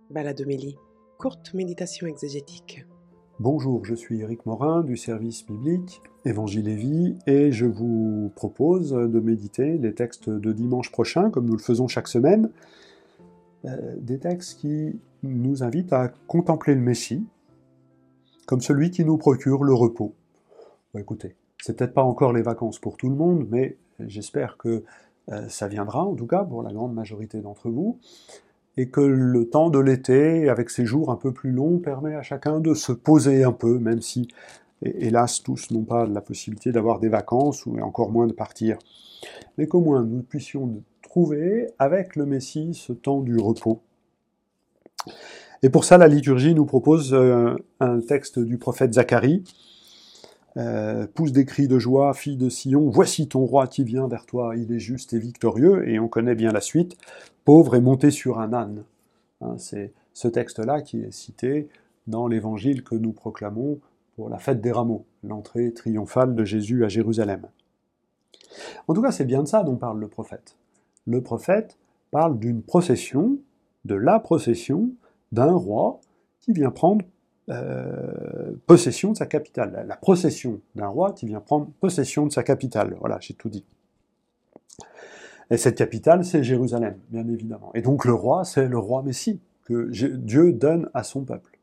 Baladomélie, courte méditation exégétique. Bonjour, je suis Éric Morin du service biblique Évangile et Vie et je vous propose de méditer les textes de dimanche prochain, comme nous le faisons chaque semaine, des textes qui nous invitent à contempler le Messie comme celui qui nous procure le repos. Bon, écoutez, c'est peut-être pas encore les vacances pour tout le monde, mais j'espère que ça viendra, en tout cas pour la grande majorité d'entre vous, et que le temps de l'été, avec ses jours un peu plus longs, permet à chacun de se poser un peu, même si, hélas, tous n'ont pas la possibilité d'avoir des vacances, ou encore moins de partir. Mais qu'au moins nous puissions trouver, avec le Messie, ce temps du repos. Et pour ça, la liturgie nous propose un texte du prophète Zacharie. Pousse des cris de joie, fille de Sion, voici ton roi qui vient vers toi, il est juste et victorieux, et on connaît bien la suite, pauvre et monté sur un âne. Hein, c'est ce texte-là qui est cité dans l'évangile que nous proclamons pour la fête des rameaux, l'entrée triomphale de Jésus à Jérusalem. En tout cas, c'est bien de ça dont parle le prophète. Le prophète parle d'une procession, de la procession d'un roi qui vient prendre possession de sa capitale. La procession d'un roi qui vient prendre possession de sa capitale. Voilà, j'ai tout dit. Et cette capitale, c'est Jérusalem, bien évidemment. Et donc le roi, c'est le roi Messie que Dieu donne à son peuple.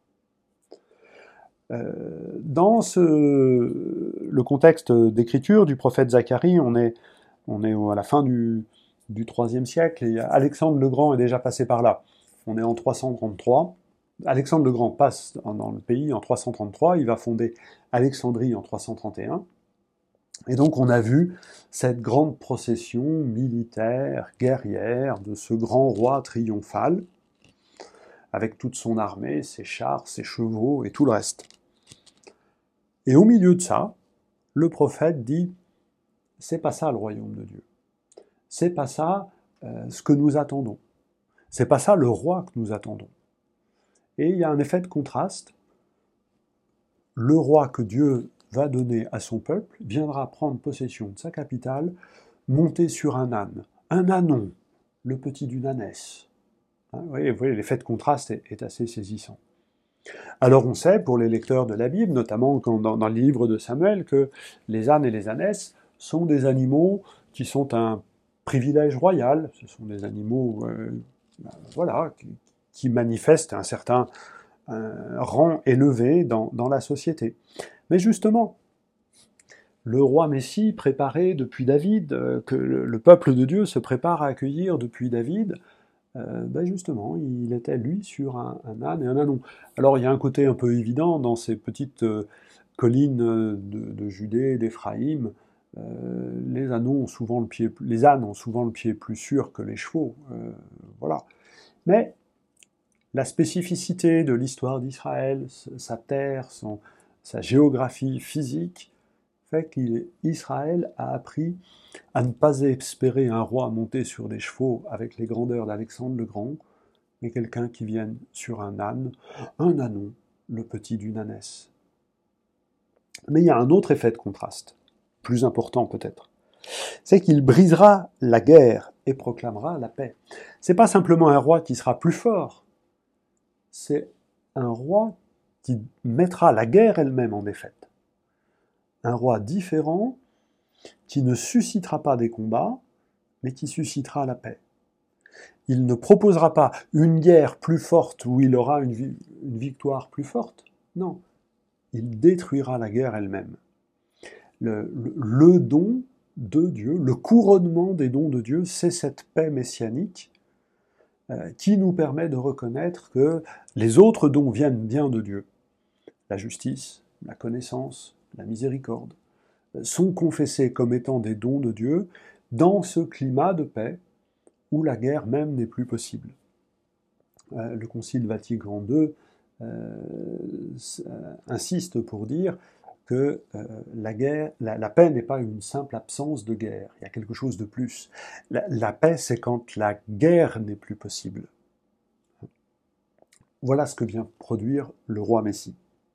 Dans le contexte d'écriture du prophète Zacharie, on est à la fin du IIIe siècle, et Alexandre le Grand est déjà passé par là. On est en 333. Alexandre le Grand passe dans le pays en 333, il va fonder Alexandrie en 331. Et donc on a vu cette grande procession militaire, guerrière, de ce grand roi triomphal, avec toute son armée, ses chars, ses chevaux et tout le reste. Et au milieu de ça, le prophète dit « c'est pas ça le royaume de Dieu. C'est pas ça ce que nous attendons. C'est pas ça le roi que nous attendons. » Et il y a un effet de contraste. Le roi que Dieu va donner à son peuple viendra prendre possession de sa capitale, monté sur un âne, un ânon, le petit d'une ânesse. Hein, vous voyez, l'effet de contraste est assez saisissant. Alors on sait, pour les lecteurs de la Bible, notamment dans le livre de Samuel, que les ânes et les ânesses sont des animaux qui sont un privilège royal. Ce sont des animaux voilà, qui manifestent un certain rang élevé dans la société. Mais justement, le roi Messie préparé depuis David, que le peuple de Dieu se prépare à accueillir depuis David, justement, il était lui sur un âne et un ânon. Alors il y a un côté un peu évident dans ces petites collines de Judée, d'Éphraïm. Les ânes ont souvent le pied plus sûr que les chevaux. Voilà. Mais la spécificité de l'histoire d'Israël, sa terre, sa géographie physique, fait qu'Israël a appris à ne pas espérer un roi monté sur des chevaux avec les grandeurs d'Alexandre le Grand, mais quelqu'un qui vienne sur un âne, un ânon, le petit d'une ânesse. Mais il y a un autre effet de contraste, plus important peut-être. C'est qu'il brisera la guerre et proclamera la paix. C'est pas simplement un roi qui sera plus fort, c'est un roi qui mettra la guerre elle-même en défaite. Un roi différent qui ne suscitera pas des combats, mais qui suscitera la paix. Il ne proposera pas une guerre plus forte où il aura une victoire plus forte. Non, il détruira la guerre elle-même. Le don de Dieu, le couronnement des dons de Dieu, c'est cette paix messianique qui nous permet de reconnaître que les autres dons viennent bien de Dieu. La justice, la connaissance, la miséricorde sont confessés comme étant des dons de Dieu dans ce climat de paix où la guerre même n'est plus possible. Le Concile Vatican II insiste pour dire que la paix n'est pas une simple absence de guerre, il y a quelque chose de plus. La paix, c'est quand la guerre n'est plus possible. Voilà ce que vient produire le roi Messie.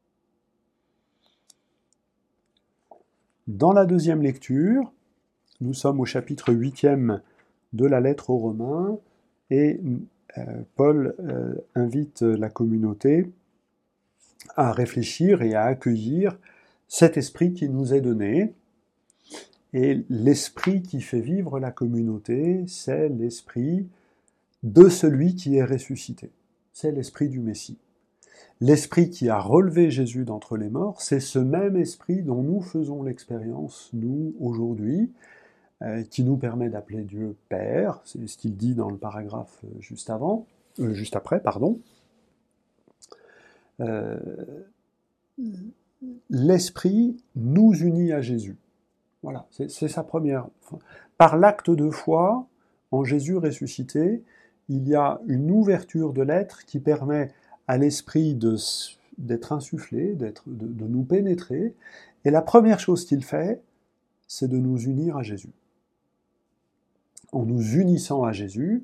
Dans la deuxième lecture, nous sommes au chapitre 8e de la lettre aux Romains, et Paul invite la communauté à réfléchir et à accueillir cet esprit qui nous est donné. Et l'esprit qui fait vivre la communauté, c'est l'esprit de celui qui est ressuscité. C'est l'esprit du Messie. L'esprit qui a relevé Jésus d'entre les morts, c'est ce même esprit dont nous faisons l'expérience, nous, aujourd'hui, qui nous permet d'appeler Dieu Père, c'est ce qu'il dit dans le paragraphe juste après. L'esprit nous unit à Jésus. Voilà, c'est sa première. Par l'acte de foi, en Jésus ressuscité, il y a une ouverture de l'être qui permet à l'esprit d'être insufflé, de nous pénétrer. Et la première chose qu'il fait, c'est de nous unir à Jésus. En nous unissant à Jésus,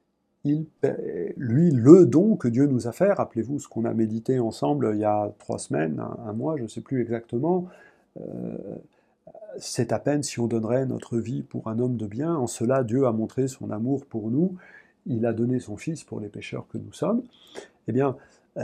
lui, le don que Dieu nous a fait, rappelez-vous ce qu'on a médité ensemble il y a 3 semaines, un mois, je ne sais plus exactement, c'est à peine si on donnerait notre vie pour un homme de bien. En cela, Dieu a montré son amour pour nous. Il a donné son Fils pour les pécheurs que nous sommes. Eh bien,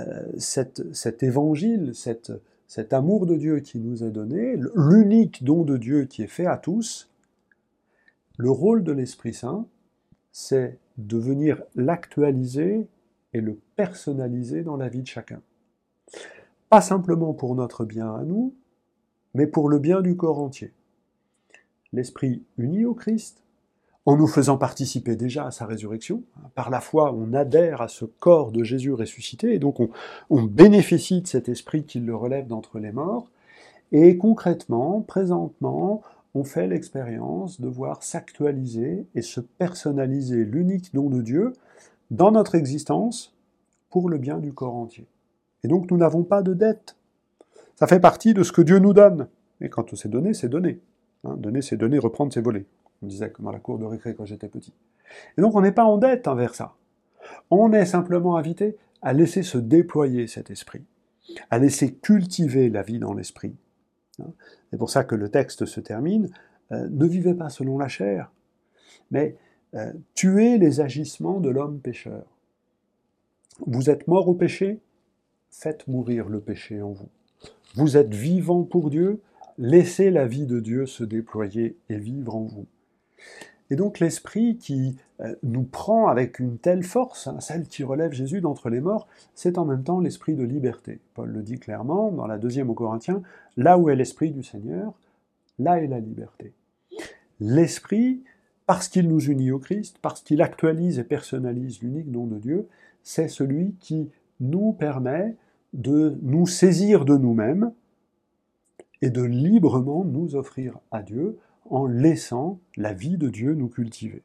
cet évangile, cet amour de Dieu qui nous est donné, l'unique don de Dieu qui est fait à tous, le rôle de l'Esprit Saint, c'est de venir l'actualiser et le personnaliser dans la vie de chacun. Pas simplement pour notre bien à nous, mais pour le bien du corps entier. L'Esprit uni au Christ, en nous faisant participer déjà à sa résurrection. Par la foi, on adhère à ce corps de Jésus ressuscité, et donc on bénéficie de cet Esprit qui le relève d'entre les morts, et concrètement, présentement, on fait l'expérience de voir s'actualiser et se personnaliser l'unique don de Dieu dans notre existence pour le bien du corps entier. Et donc nous n'avons pas de dette. Ça fait partie de ce que Dieu nous donne. Et quand c'est donné, c'est donné. Donner, c'est donner, reprendre, c'est voler. On disait dans la cour de récré quand j'étais petit. Et donc on n'est pas en dette envers ça. On est simplement invité à laisser se déployer cet esprit, à laisser cultiver la vie dans l'esprit. C'est pour ça que le texte se termine. Ne vivez pas selon la chair, mais tuez les agissements de l'homme pécheur. Vous êtes mort au péché, faites mourir le péché en vous. Vous êtes vivant pour Dieu, laissez la vie de Dieu se déployer et vivre en vous. Et donc l'esprit qui nous prend avec une telle force, celle qui relève Jésus d'entre les morts, c'est en même temps l'esprit de liberté. Paul le dit clairement dans la 2e aux Corinthiens, là où est l'esprit du Seigneur, là est la liberté. L'esprit, parce qu'il nous unit au Christ, parce qu'il actualise et personnalise l'unique don de Dieu, c'est celui qui nous permet de nous saisir de nous-mêmes et de librement nous offrir à Dieu en laissant la vie de Dieu nous cultiver.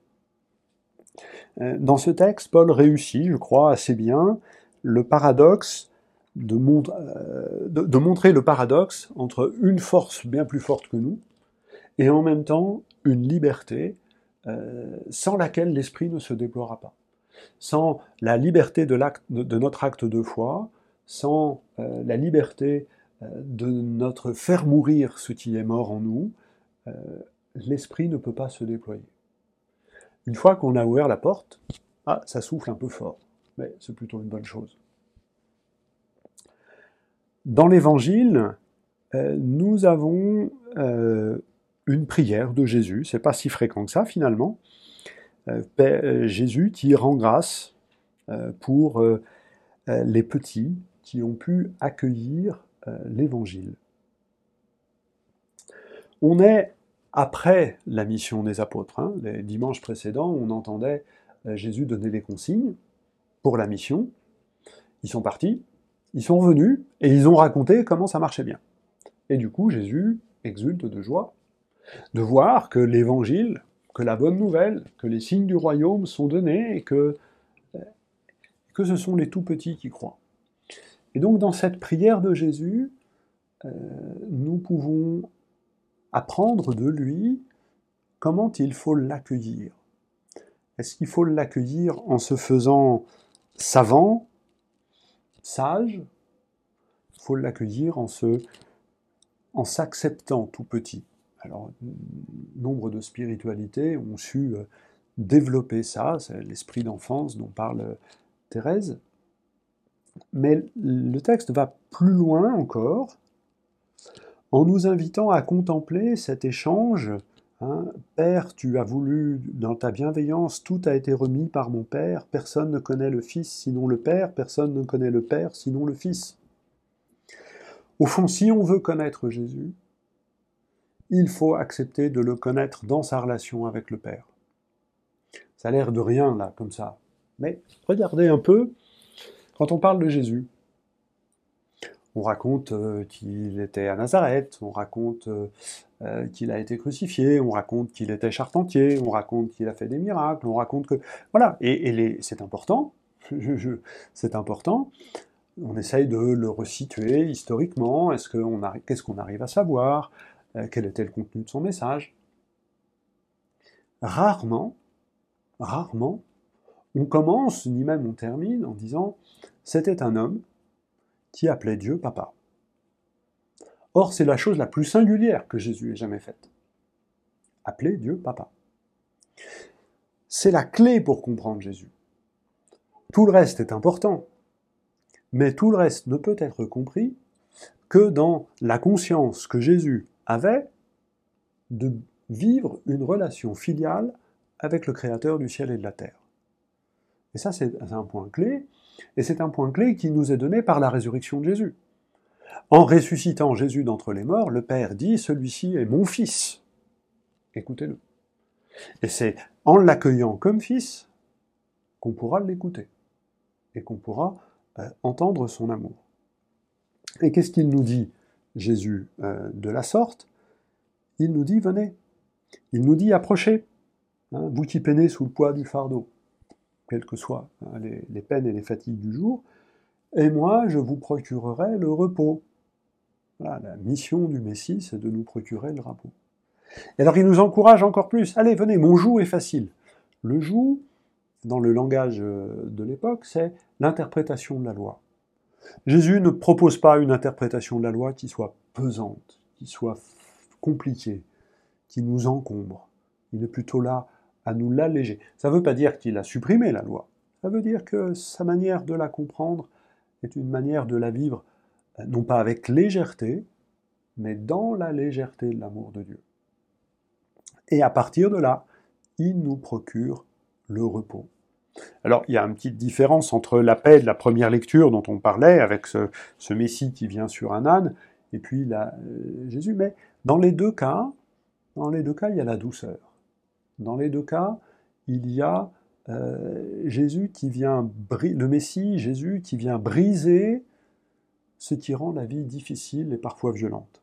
Dans ce texte, Paul réussit, je crois, assez bien le paradoxe de montrer le paradoxe entre une force bien plus forte que nous et en même temps une liberté sans laquelle l'esprit ne se déploiera pas. Sans la liberté de notre acte de foi, sans la liberté de notre faire mourir ce qui est mort en nous, l'esprit ne peut pas se déployer. Une fois qu'on a ouvert la porte, ça souffle un peu fort, mais c'est plutôt une bonne chose. Dans l'Évangile, nous avons une prière de Jésus, c'est pas si fréquent que ça finalement, Jésus qui rend grâce pour les petits qui ont pu accueillir l'Évangile. On est après la mission des apôtres. Les dimanches précédents, on entendait Jésus donner des consignes pour la mission. Ils sont partis, ils sont revenus, et ils ont raconté comment ça marchait bien. Et du coup, Jésus exulte de joie de voir que l'Évangile, que la bonne nouvelle, que les signes du royaume sont donnés, et que ce sont les tout-petits qui croient. Et donc, dans cette prière de Jésus, nous pouvons apprendre de lui comment il faut l'accueillir. Est-ce qu'il faut l'accueillir en se faisant savant, sage? Il faut l'accueillir en s'acceptant tout petit. Alors, nombre de spiritualités ont su développer ça, c'est l'esprit d'enfance dont parle Thérèse. Mais le texte va plus loin encore, en nous invitant à contempler cet échange. Père, tu as voulu, dans ta bienveillance, tout a été remis par mon Père, personne ne connaît le Fils sinon le Père, personne ne connaît le Père sinon le Fils. Au fond, si on veut connaître Jésus, il faut accepter de le connaître dans sa relation avec le Père. Ça a l'air de rien, là, comme ça. Mais regardez un peu, quand on parle de Jésus, on raconte qu'il était à Nazareth, on raconte qu'il a été crucifié, on raconte qu'il était charpentier, on raconte qu'il a fait des miracles, on raconte que... Voilà, et c'est important, c'est important. On essaye de le resituer historiquement, qu'est-ce qu'on arrive à savoir, quel était le contenu de son message. Rarement, on commence, ni même on termine, en disant « c'était un homme qui appelait Dieu Papa ». Or, c'est la chose la plus singulière que Jésus ait jamais faite. Appeler Dieu Papa. C'est la clé pour comprendre Jésus. Tout le reste est important, mais tout le reste ne peut être compris que dans la conscience que Jésus avait de vivre une relation filiale avec le Créateur du ciel et de la terre. Et ça, c'est un point clé, et c'est un point clé qui nous est donné par la résurrection de Jésus. En ressuscitant Jésus d'entre les morts, le Père dit « Celui-ci est mon Fils ». Écoutez-le. Et c'est en l'accueillant comme Fils qu'on pourra l'écouter, et qu'on pourra entendre son amour. Et qu'est-ce qu'il nous dit, Jésus, de la sorte? Il nous dit « Venez ». Il nous dit « Approchez, vous qui peinez sous le poids du fardeau ». Quelles que soient les peines et les fatigues du jour, et moi je vous procurerai le repos. Voilà, la mission du Messie, c'est de nous procurer le repos. Et alors il nous encourage encore plus, allez, venez, mon joug est facile. Le joug, dans le langage de l'époque, c'est l'interprétation de la loi. Jésus ne propose pas une interprétation de la loi qui soit pesante, qui soit compliquée, qui nous encombre. Il est plutôt là à nous l'alléger. Ça ne veut pas dire qu'il a supprimé la loi. Ça veut dire que sa manière de la comprendre est une manière de la vivre, non pas avec légèreté, mais dans la légèreté de l'amour de Dieu. Et à partir de là, il nous procure le repos. Alors, il y a une petite différence entre la paix de la première lecture dont on parlait, avec ce Messie qui vient sur un âne, et puis Jésus. Mais dans les deux cas, il y a la douceur. Dans les deux cas, il y a Jésus qui vient, le Messie, Jésus qui vient briser ce qui rend la vie difficile et parfois violente.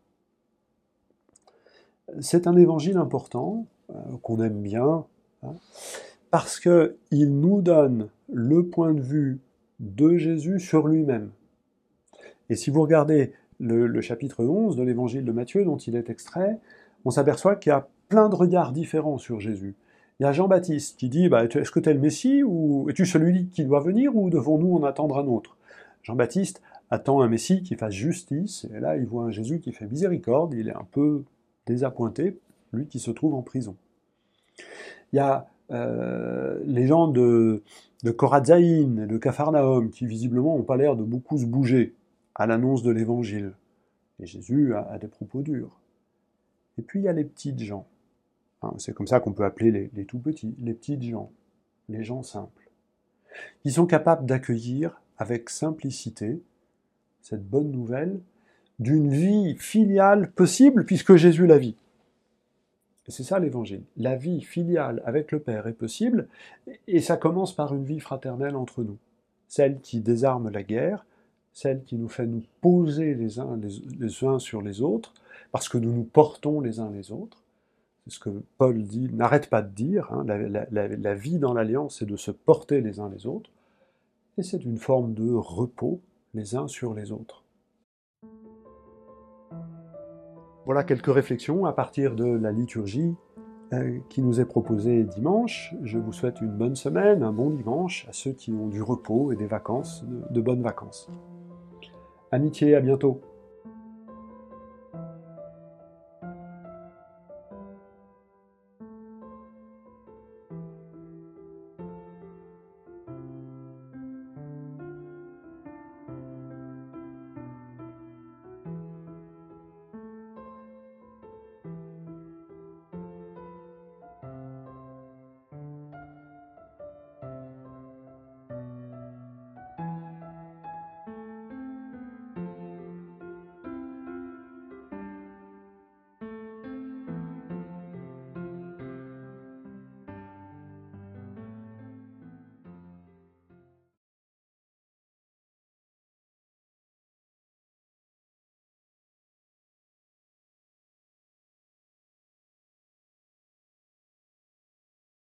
C'est un évangile important, qu'on aime bien, parce qu'il nous donne le point de vue de Jésus sur lui-même. Et si vous regardez le chapitre 11 de l'évangile de Matthieu, dont il est extrait, on s'aperçoit qu'il y a plein de regards différents sur Jésus. Il y a Jean-Baptiste qui dit est-ce que tu es le Messie, ou es-tu celui qui doit venir, ou devons-nous en attendre un autre? Jean-Baptiste attend un Messie qui fasse justice, et là il voit un Jésus qui fait miséricorde, il est un peu désappointé, lui qui se trouve en prison. Il y a les gens de Corazzaïn et de Capharnaüm qui visiblement n'ont pas l'air de beaucoup se bouger à l'annonce de l'évangile. Et Jésus a des propos durs. Et puis il y a les petites gens. C'est comme ça qu'on peut appeler les tout petits, les petites gens, les gens simples, qui sont capables d'accueillir avec simplicité cette bonne nouvelle d'une vie filiale possible puisque Jésus la vit. Et c'est ça l'évangile. La vie filiale avec le Père est possible, et ça commence par une vie fraternelle entre nous. Celle qui désarme la guerre, celle qui nous fait nous poser les uns sur les autres, parce que nous nous portons les uns les autres. C'est ce que Paul dit, n'arrête pas de dire, la vie dans l'alliance, c'est de se porter les uns les autres, et c'est une forme de repos les uns sur les autres. Voilà quelques réflexions à partir de la liturgie qui nous est proposée dimanche. Je vous souhaite une bonne semaine, un bon dimanche à ceux qui ont du repos et des vacances, de bonnes vacances. Amitié, à bientôt.